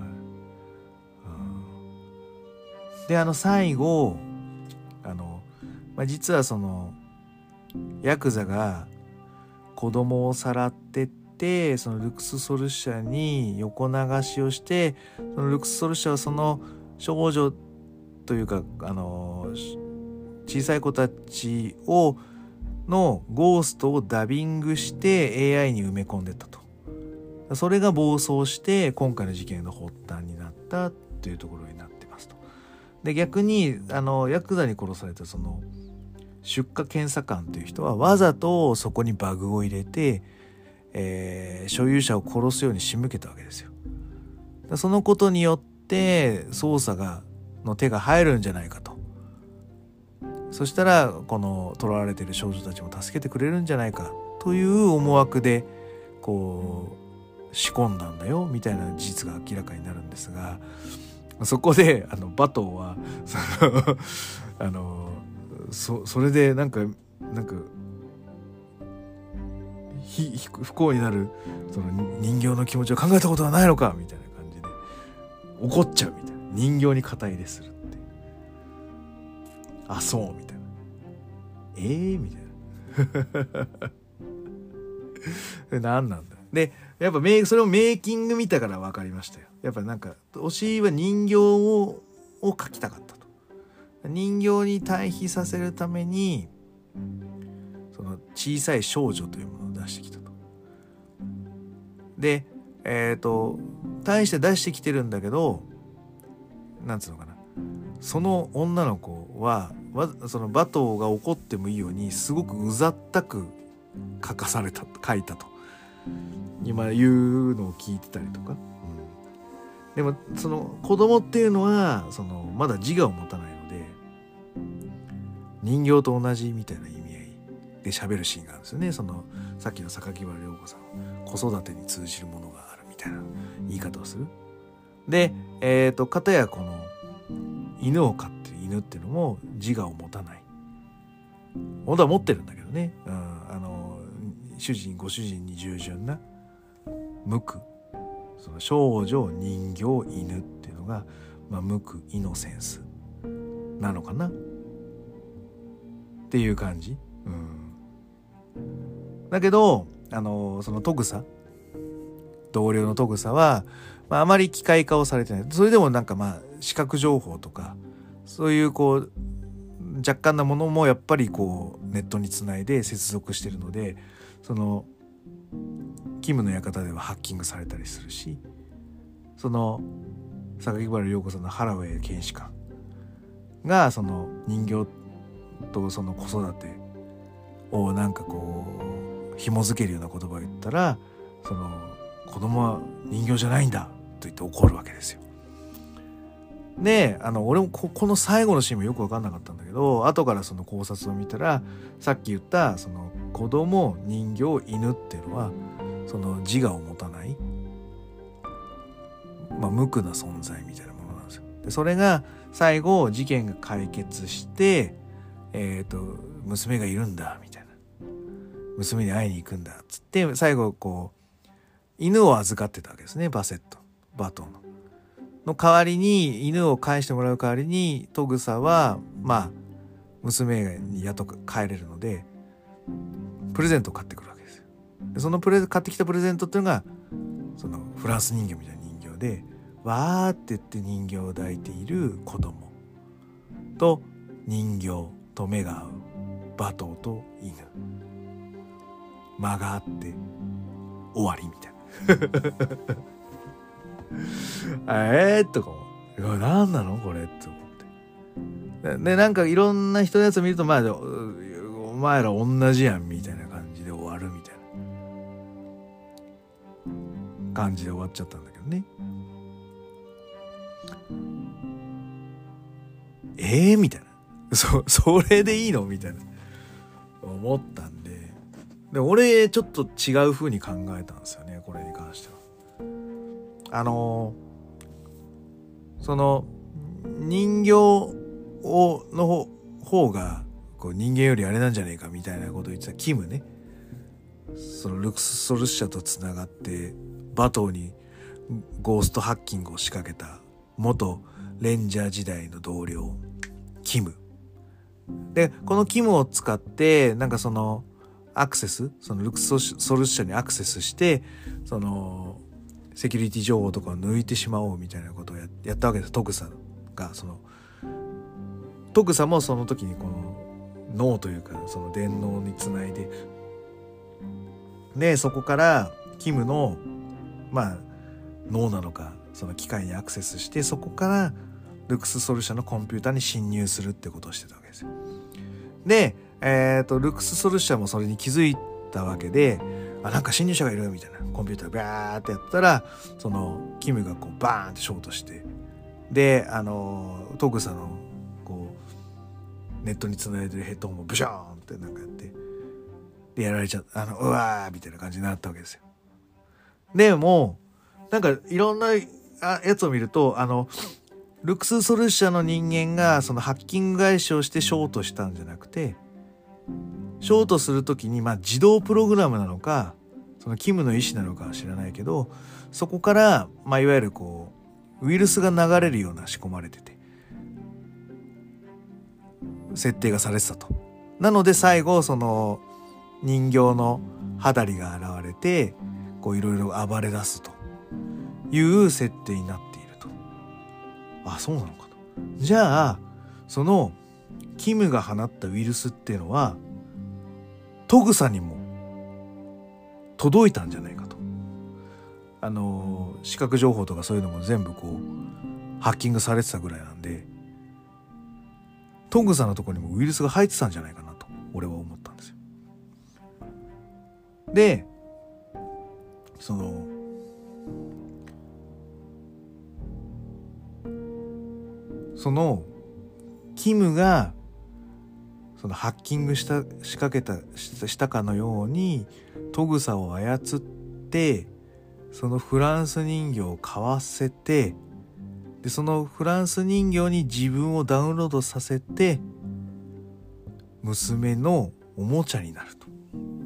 Speaker 1: うん、であの最後あの、まあ、実はそのヤクザが子供をさらってってそのルクスソルシャに横流しをして、そのルクスソルシャはその少女というかあの小さい子たちをのゴーストをダビングして エーアイ に埋め込んでったと。それが暴走して今回の事件の発端になったっていうところになってますと。で逆にあのヤクザに殺されたその出火検査官という人はわざとそこにバグを入れて、えー、所有者を殺すように仕向けたわけですよ。そのことによって捜査がの手が入るんじゃないかと。そしたらこの捕らわれている少女たちも助けてくれるんじゃないかという思惑でこう仕込んだんだよみたいな事実が明らかになるんですが、そこであのバトーはそのあの そ, それでなんかなんか不幸になるその人形の気持ちを考えたことはないのかみたいな感じで怒っちゃうみたいな、人形に肩入れするって、あそうみたいな、えーみたいな何なんだ。でやっぱメイそれをメイキング見たから分かりましたよ。やっぱなんか推しは人形をを描きたかったと。人形に対比させるためにその小さい少女というものを出してきたと。で、 えっと大して出してきてるんだけど、なんつうのかな、その女の子はそのバトーが怒ってもいいようにすごくうざったく書かされた書いたと今言うのを聞いてたりとか、うん、でもその子供っていうのはそのまだ自我を持たないので人形と同じみたいな意味合いで喋るシーンがあるんですよね。そのさっきの榊原涼子さん、子育てに通じるものがあるみたいな言い方をする。で、えっと片やこの犬を飼ってる犬っていうのも自我を持たない。本当は持ってるんだけどね。うん、あの主人ご主人に従順な無垢、その少女人形犬っていうのが、まあ、無垢イノセンスなのかなっていう感じ。うん、だけどあのそのトグサ同僚のトグサは、まあ、あまり機械化をされてない。それでもなんかまあ視覚情報とかそういうこう若干なものもやっぱりこうネットにつないで接続してるので、そのキムの館ではハッキングされたりするし、その榊原涼子さんのハラウェイ検視官がその人形とその子育てをなんかこう紐づけるような言葉を言ったら、その子供は人形じゃないんだと言って怒るわけですよ。で、あの俺も こ, この最後のシーンもよく分かんなかったんだけど、後からその考察を見たら、さっき言ったその子供人形犬っていうのはその自我を持たない、まあ、無垢な存在みたいなものなんですよ。でそれが最後事件が解決して、えーと娘がいるんだみたいな、娘に会いに行くんだっつって最後こう犬を預かってたわけですね。バセットバトーのの代わりに、犬を返してもらう代わりにトグサはまあ娘にやっと帰れるのでプレゼントを買ってくるわけですよ。でそのプレ買ってきたプレゼントっていうのがそのフランス人形みたいな人形で、わーって言って人形を抱いている子供と人形と目が合うバトーと犬、間があって終わりみたいなえーとかも何なのこれって思って、でなんかいろんな人のやつを見ると、まあお前ら同じやんみたいな感じで終わるみたいな感じで終わっちゃったんだけどね。えーみたいな、そそれでいいのみたいな思ったんで、で俺ちょっと違う風に考えたんですよね、これに関しては。あのー、その人形をの方がこう人間よりあれなんじゃねえかみたいなことを言ってたキムね、そのルクス・ソルシャとつながってバトーにゴーストハッキングを仕掛けた元レンジャー時代の同僚キムで、このキムを使ってなんかそのアクセス、そのルクス・ソルシャにアクセスしてそのセキュリティ情報とかを抜いてしまおうみたいなことを や, やったわけです。トグサがそのトグサもその時にこの脳というかその電脳につないで、でそこからキムのまあ脳なのかその機械にアクセスして、そこからルクス・ソルシャのコンピューターに侵入するってことをしてたわけですよ。で、えーとルクス・ソルシャもそれに気づいたわけで、あなんか侵入者がいるみたいな、コンピューターバーってやったらそのキムがこうバーンってショートして、であのトグサのこうネットにつないでるヘッドホンもブシャーンってなんかやってでやられちゃった、あのうわーみたいな感じになったわけですよ。でもなんかいろんなやつを見ると、あのルクス・ソルシャの人間がそのハッキング返しをしてショートしたんじゃなくて、ショートするときにまあ自動プログラムなのかそのキムの意思なのかは知らないけど、そこからまあいわゆるこうウイルスが流れるような仕込まれてて設定がされてたと。なので最後その人形のハダリが現れてこういろいろ暴れ出すという設定になっていると。あ、そうなのかと。じゃあそのキムが放ったウイルスっていうのはトグサにも届いたんじゃないかと。 あの視覚情報とかそういうのも全部こうハッキングされてたぐらいなんで、トグサのところにもウイルスが入ってたんじゃないかなと俺は思ったんですよ。でそのそのキムがそのハッキングした仕掛けたしたかのようにトグサを操ってそのフランス人形を買わせて、でそのフランス人形に自分をダウンロードさせて娘のおもちゃになると。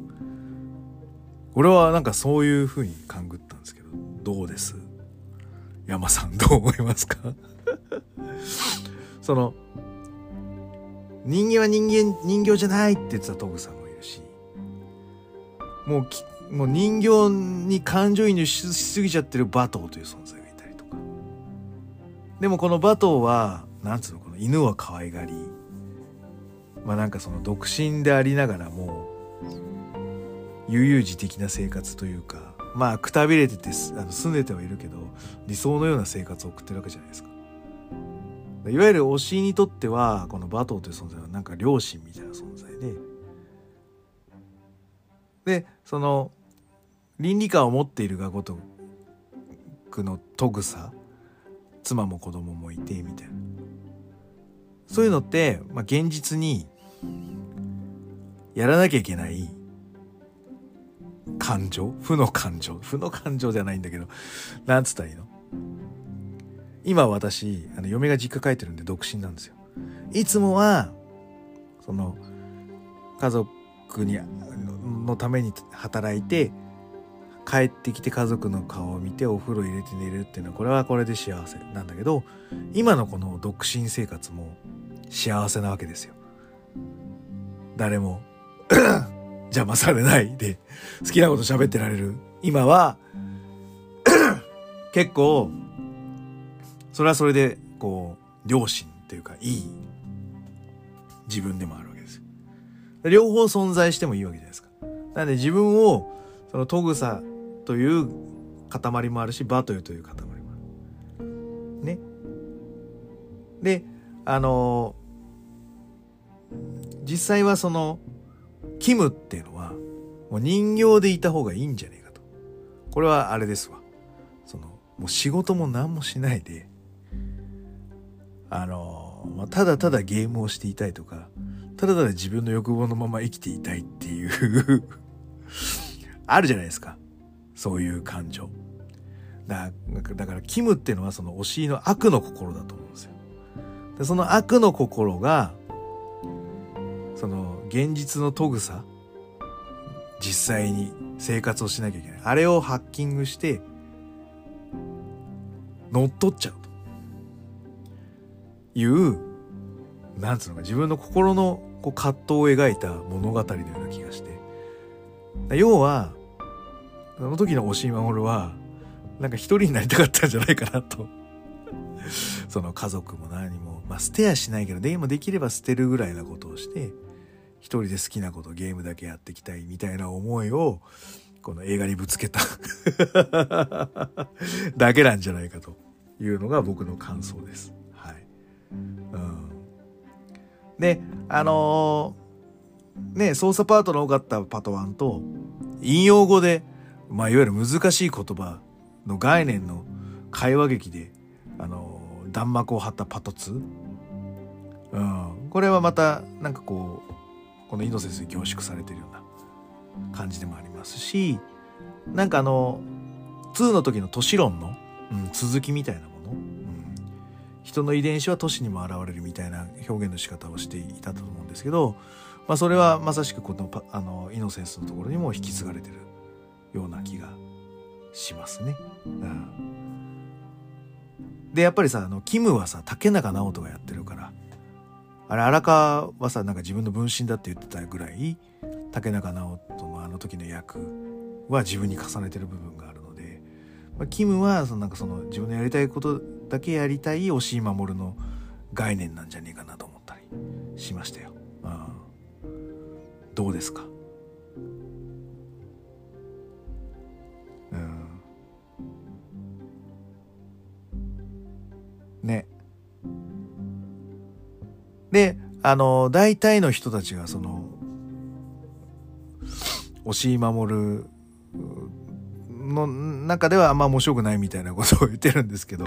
Speaker 1: 俺はなんかそういう風に勘ぐったんですけど、どうです？山さんどう思いますか？その人間は人間人形じゃないって言ってたトグさんもいるし、もうきもう人形に感情移入しすぎちゃってるバトーという存在がいたりとか。でもこのバトーはなんつうの、この犬は可愛がり、まあなんかその独身でありながらも悠々自適な生活というか、まあくたびれててあの住んでてはいるけど理想のような生活を送ってるわけじゃないですか。いわゆる推しにとってはこのバトーという存在はなんか両親みたいな存在で、でその倫理観を持っているがごとくのトグサ、妻も子供もいてみたいな、そういうのって、まあ、現実にやらなきゃいけない感情、負の感情負の感情じゃないんだけど、なんつったらいいの、今私あの嫁が実家帰ってるんで独身なんですよ。いつもはその家族にのために働いて帰ってきて家族の顔を見てお風呂入れて寝るっていうのはこれはこれで幸せなんだけど、今のこの独身生活も幸せなわけですよ。誰も邪魔されないで好きなこと喋ってられる今は結構それはそれでこう両親というかいい自分でもあるわけですよ。両方存在してもいいわけじゃないですか。なので自分をそのトグサという塊もあるし、バトルという塊もあるね。であの実際はそのキムっていうのはもう人形でいた方がいいんじゃねえかと。これはあれですわ、そのもう仕事も何もしないであの、まあ、ただただゲームをしていたいとか、ただただ自分の欲望のまま生きていたいっていうあるじゃないですか、そういう感情だ。だからキムっていうのはその推しの悪の心だと思うんですよ。でその悪の心がその現実のトグサ、実際に生活をしなきゃいけないあれをハッキングして乗っ取っちゃうという、なんつうのか、自分の心のこう葛藤を描いた物語のような気がして、要はあの時の押井守はなんか一人になりたかったんじゃないかなとその家族も何も、まあ捨てやしないけどでもできれば捨てるぐらいなことをして一人で好きなことゲームだけやっていきたいみたいな思いをこの映画にぶつけただけなんじゃないかというのが僕の感想です。はい。うん、であのー、ね操作パートの多かったパトワンと引用語で、まあ、いわゆる難しい言葉の概念の会話劇で、あのー、弾幕を張ったパトツー、うん、これはまたなんかこうこのイノセンスに凝縮されてるような感じでもありますし、なんかあのツーの時の都市論の、うん、続きみたいなもの、うん、人の遺伝子は都市にも現れるみたいな表現の仕方をしていたと思うんですけど、まあ、それはまさしくこのあのイノセンスのところにも引き継がれてるような気がしますね。うん、でやっぱりさあのキムはさ竹中直人がやってるから、あれ荒川はさなんか自分の分身だって言ってたぐらい竹中直人のあの時の役は自分に重ねてる部分があるので、まあ、キムはそのなんかその自分のやりたいことだけやりたい押井守の概念なんじゃねえかなと思ったりしましたよ。うん、どうですか？うんあの大体の人たちがその押井守の中ではあんま面白くないみたいなことを言ってるんですけど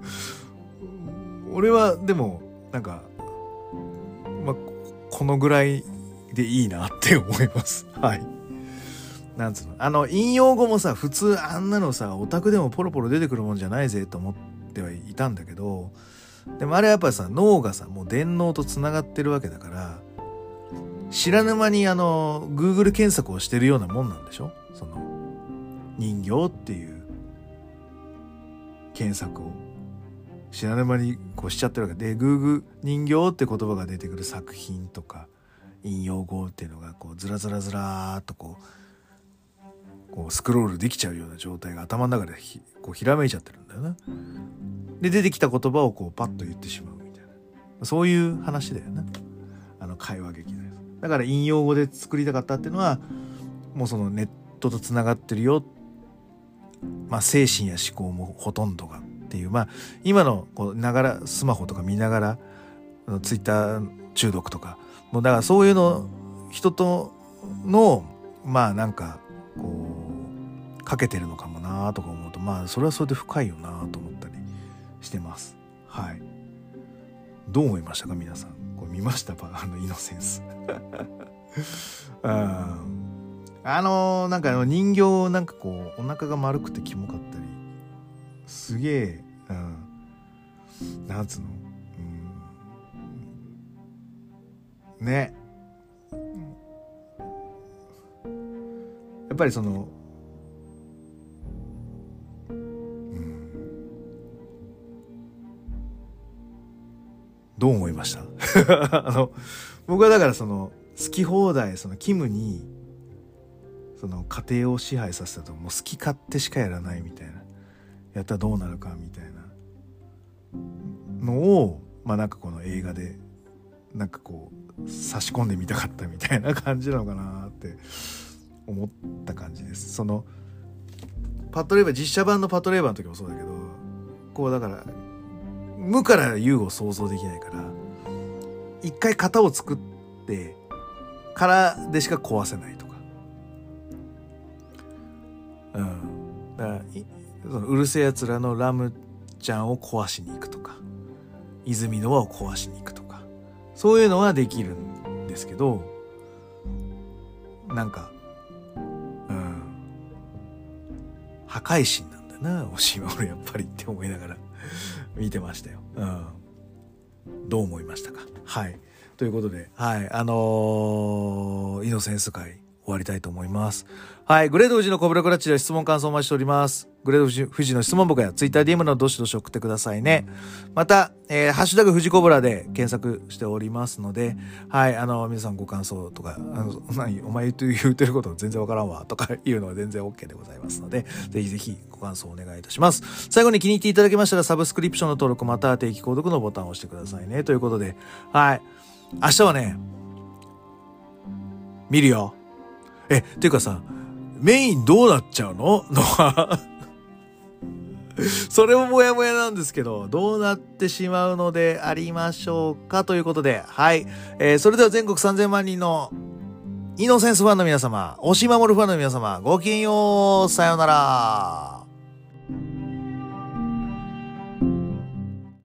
Speaker 1: 俺はでもなんか、まあ、このぐらいでいいなって思います。はい。なんつうの、あの引用語もさ、普通あんなのさオタクでもポロポロ出てくるもんじゃないぜと思ってはいたんだけど、でもあれやっぱりさ、脳がさもう電脳とつながってるわけだから、知らぬ間にあの Google 検索をしてるようなもんなんでしょ。その人形っていう検索を知らぬ間にこうしちゃってるわけで、 Google 人形って言葉が出てくる作品とか引用語っていうのがこうずらずらずらーっとこうこうスクロールできちゃうような状態が頭の中でひこうひらめいちゃってるんだよな。で出てきた言葉をこうパッと言ってしまうみたいな、そういう話だよな、あの会話劇のやつ。だから引用語で作りたかったっていうのは、もうそのネットとつながってるよ、まあ精神や思考もほとんどがっていう、まあ今のこうながらスマホとか見ながらツイッター中毒とかもうだからそういうの人とのまあなんかこうかけてるのかもなとか思うと、まあそれはそれで深いよなと思ったりしてます。はい。どう思いましたか皆さん。これ見ましたか、あのイノセンス。ああのー、なんかあの人形なんかこうお腹が丸くてキモかったりすげえ、うん、なんつうの、うん、ね、やっぱりその、うん、どう思いましたあの僕はだからその好き放題そのキムにその家庭を支配させたと、もう好き勝手しかやらないみたいな、やったらどうなるかみたいなのをまあなんかこの映画でなんかこう差し込んでみたかったみたいな感じなのかなって思った感じです。そのパトレーバー、実写版のパトレーバーの時もそうだけど、こうだから無から有を想像できないから、一回型を作ってからでしか壊せないとか、うん、だからそのうるせえやつらのラムちゃんを壊しに行くとか、泉の輪を壊しに行くとか、そういうのはできるんですけど、なんか、うん、破壊神なんだよな押井守やっぱりって思いながら見てましたよ。うん、どう思いましたか。はい、ということで、はい、あのー、イノセンス会終わりたいと思います。はい、グレード富士のコブラクラッチで質問感想お待ちしております。グレード富士の質問僕やツイッター ディーエム のどしどし送ってくださいね。また、えー、ハッシュタグ富士コブラで検索しておりますので、はい、あの皆さんご感想とか、あの何お前言ってること全然わからんわとかいうのは全然 OK でございますので、ぜひぜひご感想お願いいたします。最後に気に入っていただけましたらサブスクリプションの登録または定期購読のボタンを押してくださいね。ということで、はい、明日はね見るよ。え、っていうかさ、メインどうなっちゃうののはそれもモヤモヤなんですけど、どうなってしまうのでありましょうかということで、はい、えー、それでは全国さんぜんまん人のイノセンスファンの皆様、押井守ファンの皆様、ごきげんよう、さようなら。